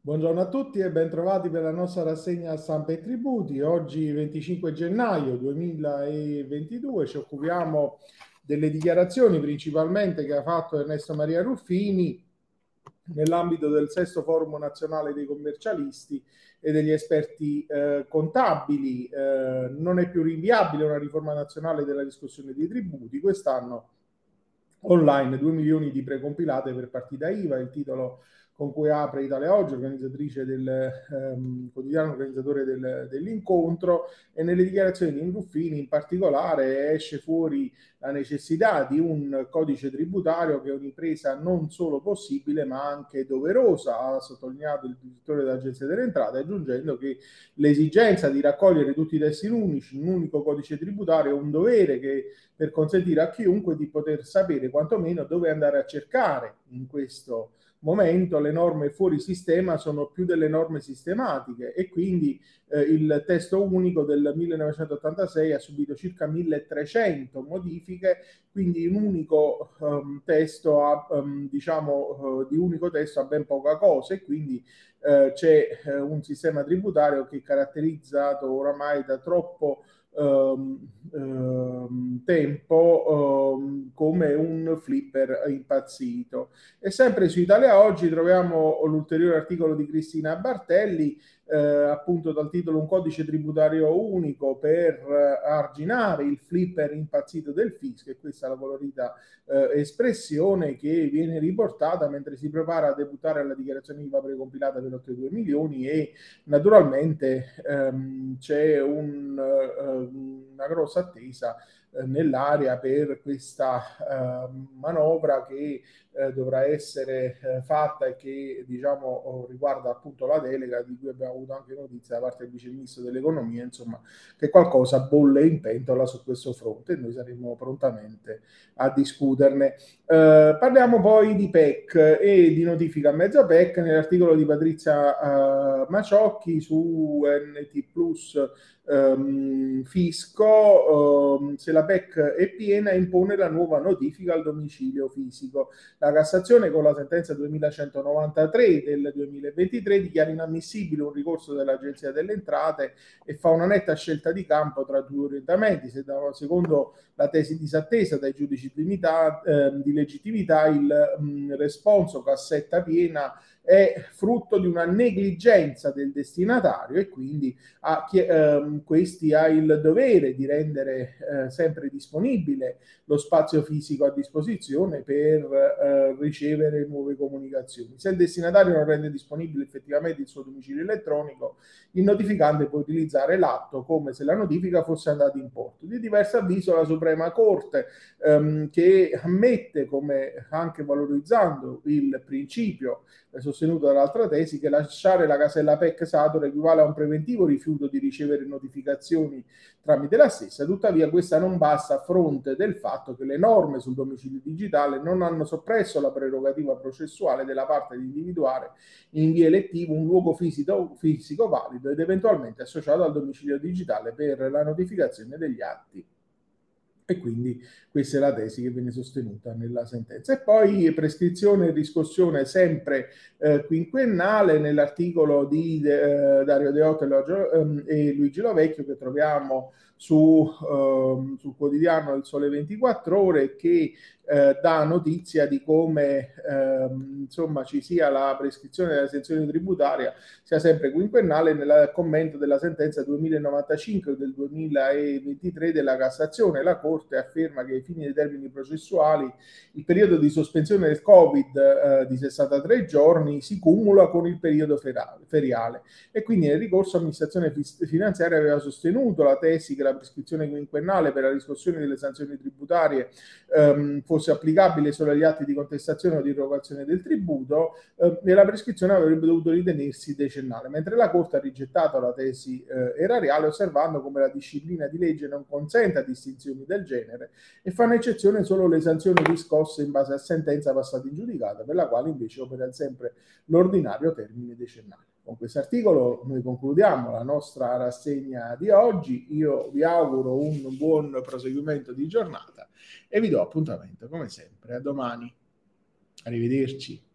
Buongiorno a tutti e bentrovati per la nostra rassegna stampa e tributi. Oggi 25 gennaio 2022 ci occupiamo delle dichiarazioni principalmente che ha fatto Ernesto Maria Ruffini nell'ambito del sesto forum nazionale dei commercialisti e degli esperti contabili. Non è più rinviabile una riforma nazionale della riscossione dei tributi. Quest'anno online 2 milioni di precompilate per partita IVA, il titolo con cui apre Italia Oggi, organizzatrice del quotidiano organizzatore dell'incontro, e nelle dichiarazioni di Ruffini in particolare esce fuori la necessità di un codice tributario che è un'impresa non solo possibile ma anche doverosa, ha sottolineato il direttore dell'Agenzia delle Entrate, aggiungendo che l'esigenza di raccogliere tutti i testi unici in un unico codice tributario è un dovere che per consentire a chiunque di poter sapere quantomeno dove andare a cercare in questo momento. Le norme fuori sistema sono più delle norme sistematiche e quindi il testo unico del 1986 ha subito circa 1300 modifiche, quindi un unico testo di unico testo ha ben poca cosa, e quindi c'è un sistema tributario che è caratterizzato oramai da troppo tempo come un flipper impazzito. E sempre su Italia Oggi troviamo l'ulteriore articolo di Cristina Bartelli, appunto dal titolo Un codice tributario unico per arginare il flipper impazzito del fisco, e questa è la colorita espressione che viene riportata mentre si prepara a debuttare alla dichiarazione IVA precompilata per oltre 2 milioni, e naturalmente c'è una grossa attesa nell'area per questa manovra che dovrà essere fatta e che riguarda appunto la delega, di cui abbiamo avuto anche notizia da parte del vice ministro dell'economia, insomma, che qualcosa bolle in pentola su questo fronte, e noi saremo prontamente a discuterne. Parliamo poi di PEC e di notifica a mezzo PEC nell'articolo di Patrizia Maciocchi su NT Plus fisco. Se la PEC è piena impone la nuova notifica al domicilio fisico. La Cassazione con la sentenza 2193 del 2023 dichiara inammissibile un ricorso dell'Agenzia delle Entrate e fa una netta scelta di campo tra due orientamenti. Secondo la tesi disattesa dai giudici di legittimità, il responso cassetta piena è frutto di una negligenza del destinatario, e quindi questi ha il dovere di rendere sempre disponibile lo spazio fisico a disposizione per ricevere nuove comunicazioni. Se il destinatario non rende disponibile effettivamente il suo domicilio elettronico, il notificante può utilizzare l'atto come se la notifica fosse andata in porto. Di diverso avviso la Suprema Corte, che ammette, come anche valorizzando il principio sostenuto dall'altra tesi, che lasciare la casella PEC Sator equivale a un preventivo rifiuto di ricevere notificazioni tramite la stessa. Tuttavia questa non basta a fronte del fatto che le norme sul domicilio digitale non hanno soppresso la prerogativa processuale della parte di individuare in via elettiva un luogo fisico valido ed eventualmente associato al domicilio digitale per la notificazione degli atti. E quindi questa è la tesi che viene sostenuta nella sentenza. E poi prescrizione e riscossione sempre quinquennale nell'articolo di Dario Deotto e Luigi Lovecchio, che troviamo sul quotidiano Il Sole 24 Ore, che dà notizia di come insomma ci sia la prescrizione della sanzione tributaria sia sempre quinquennale. Nel commento della sentenza 2095 del 2023 della Cassazione, la Corte afferma che ai fini dei termini processuali il periodo di sospensione del Covid di 63 giorni si cumula con il periodo feriale, e quindi nel ricorso l'amministrazione finanziaria aveva sostenuto la tesi che la prescrizione quinquennale per la riscossione delle sanzioni tributarie fosse applicabile solo agli atti di contestazione o di irrogazione del tributo, e la prescrizione avrebbe dovuto ritenersi decennale, mentre la Corte ha rigettato la tesi erariale, osservando come la disciplina di legge non consenta distinzioni del genere e fanno eccezione solo le sanzioni riscosse in base a sentenza passata in giudicato, per la quale invece opera sempre l'ordinario termine decennale. Con questo articolo noi concludiamo la nostra rassegna di oggi. Io vi auguro un buon proseguimento di giornata e vi do appuntamento come sempre a domani. Arrivederci.